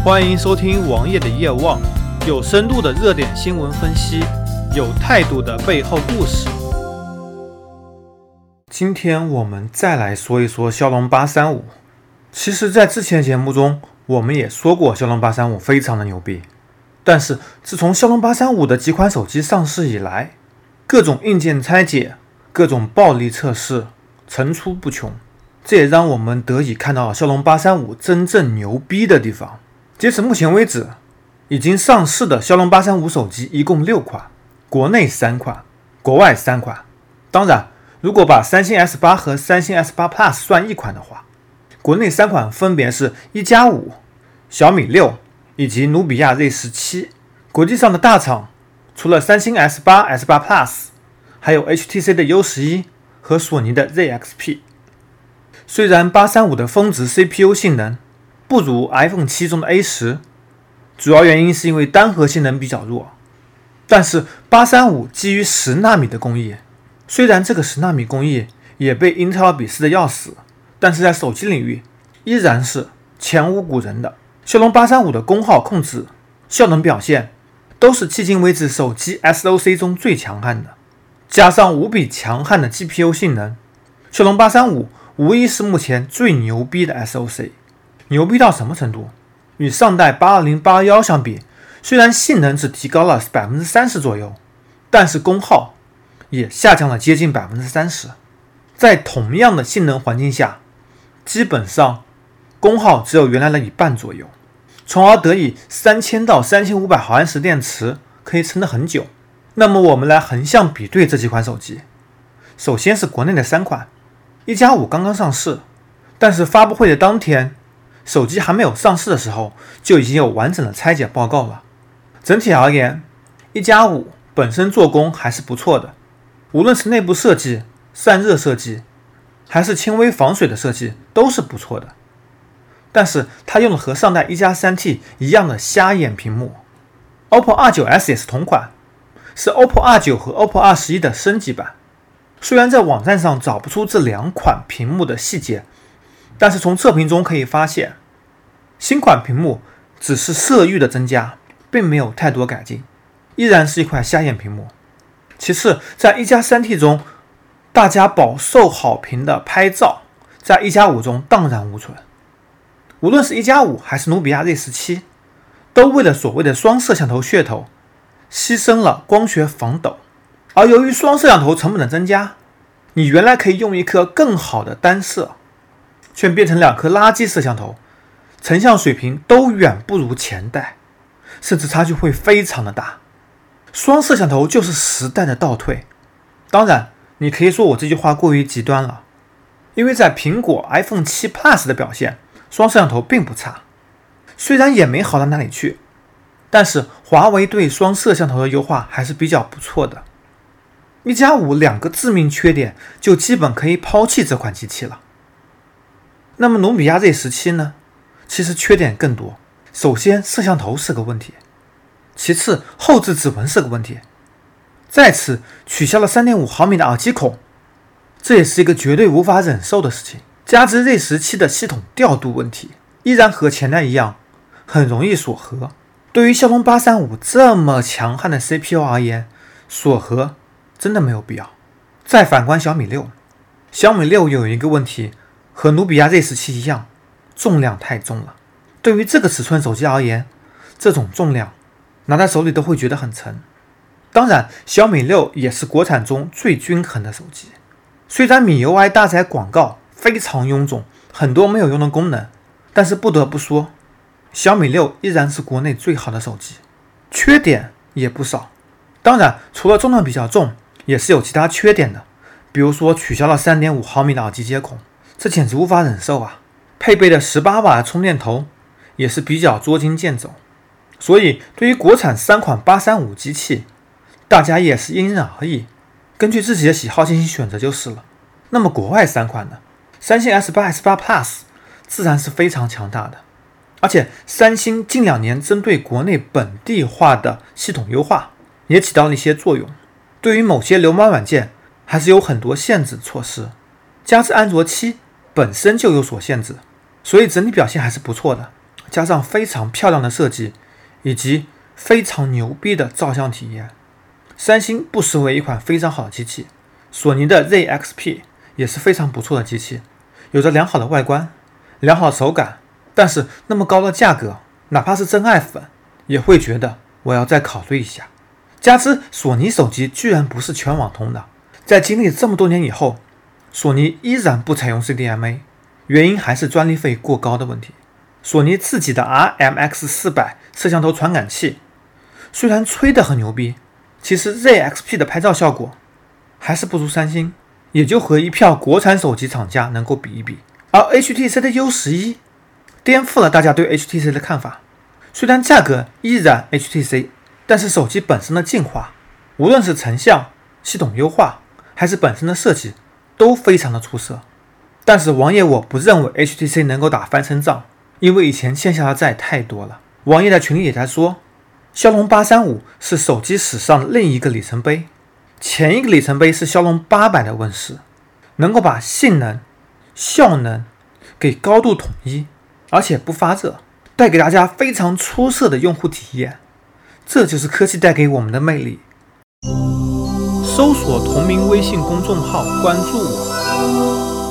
欢迎收听王爷的夜望，有深度的热点新闻分析，有态度的背后故事。今天我们再来说一说骁龙835。其实在之前节目中我们也说过骁龙835非常的牛逼，但是自从骁龙835的几款手机上市以来，各种硬件拆解，各种暴力测试层出不穷，这也让我们得以看到骁龙835真正牛逼的地方。截止目前为止，已经上市的骁龙835手机一共6款，国内3款，国外3款。当然，如果把三星 S8 和三星 S8 Plus 算一款的话，国内3款分别是1+5、小米6以及努比亚 Z17。国际上的大厂除了三星 S8、S8 Plus， 还有 HTC 的 U11 和索尼的 ZXP。 虽然835的峰值 CPU 性能不如 iPhone 7中的 A10， 主要原因是因为单核性能比较弱，但是835基于10纳米的工艺，虽然这个10纳米工艺也被 Intel 鄙视的要死，但是在手机领域依然是前无古人的。骁龙835的功耗控制、效能表现都是迄今为止手机 SoC 中最强悍的，加上无比强悍的 GPU 性能，骁龙835无疑是目前最牛逼的 SoC。 牛逼到什么程度？与上代820、821相比，虽然性能只提高了 30% 左右，但是功耗也下降了接近 30%。 在同样的性能环境下，基本上功耗只有原来的一半左右，从而得以3000到3500毫安时电池可以撑得很久。那么我们来横向比对这几款手机。首先是国内的3款，1+5刚刚上市，但是发布会的当天，手机还没有上市的时候就已经有完整的拆解报告了。整体而言，1+5本身做工还是不错的，无论是内部设计、散热设计还是轻微防水的设计都是不错的。但是它用了和上代 1+3T 一样的瞎眼屏幕。 OPPO R9S 也是同款，是 OPPO R9 和 OPPO R11 的升级版。虽然在网站上找不出这2款屏幕的细节，但是从测评中可以发现，新款屏幕只是色域的增加，并没有太多改进，依然是一块瞎眼屏幕。其次，在 1+3T 中大家饱受好评的拍照，在 1+5 中荡然无存。无论是1+5还是努比亚 Z17， 都为了所谓的双摄像头噱头牺牲了光学防抖。而由于双摄像头成本的增加，你原来可以用一颗更好的单摄，却变成2颗垃圾摄像头，成像水平都远不如前代，甚至差距会非常的大。双摄像头就是时代的倒退。当然，你可以说我这句话过于极端了，因为在苹果 iPhone 7 Plus 的表现，双摄像头并不差，虽然也没好到哪里去，但是华为对双摄像头的优化还是比较不错的。1+5 2个致命缺点就基本可以抛弃这款机器了。那么努比亚 Z17 呢？其实缺点更多。首先，摄像头是个问题，其次后置指纹是个问题，再次取消了 3.5 毫米的耳机孔，这也是一个绝对无法忍受的事情。加之 Z17 的系统调度问题依然和前代一样，很容易锁核。对于骁龙835这么强悍的 CPU 而言，锁核真的没有必要。再反观小米6，小米6有一个问题，和努比亚 Z17 一样，重量太重了。对于这个尺寸手机而言，这种重量拿在手里都会觉得很沉。当然，小米6也是国产中最均衡的手机。虽然米 UI 搭载广告非常臃肿，很多没有用的功能，但是不得不说，小米6依然是国内最好的手机。缺点也不少，当然除了重量比较重，也是有其他缺点的，比如说取消了 3.5 毫米的耳机接口，这简直无法忍受啊！配备的18瓦的充电头也是比较捉襟见肘。所以对于国产3款835机器，大家也是因人而异，根据自己的喜好进行选择就是了。那么国外3款呢？三星 S8、S8 Plus 自然是非常强大的，而且三星近2年针对国内本地化的系统优化也起到了一些作用，对于某些流氓软件还是有很多限制措施，加之安卓7本身就有所限制，所以整体表现还是不错的。 加上非常漂亮的设计，以及非常牛逼的照相体验，三星不失为一款非常好的机器。索尼的 ZXP 也是非常不错的机器，有着良好的外观、良好的手感，但是那么高的价格，哪怕是真爱粉也会觉得我要再考虑一下。加之索尼手机居然不是全网通的，在经历这么多年以后，索尼依然不采用 CDMA， 原因还是专利费过高的问题。索尼自己的 RMX400 摄像头传感器虽然吹得很牛逼，其实 ZXP 的拍照效果还是不如三星，也就和一票国产手机厂家能够比一比。而 HTC 的 U11 颠覆了大家对 HTC 的看法，虽然价格依然 HTC， 但是手机本身的进化，无论是成像、系统优化还是本身的设计都非常的出色。但是王爷我不认为 HTC 能够打翻身仗，因为以前欠下的债太多了。王爷在群里也在说，骁龙835是手机史上的另一个里程碑，前一个里程碑是骁龙800的问世，能够把性能、效能给高度统一，而且不发热，带给大家非常出色的用户体验。这就是科技带给我们的魅力。搜索同名微信公众号，关注我。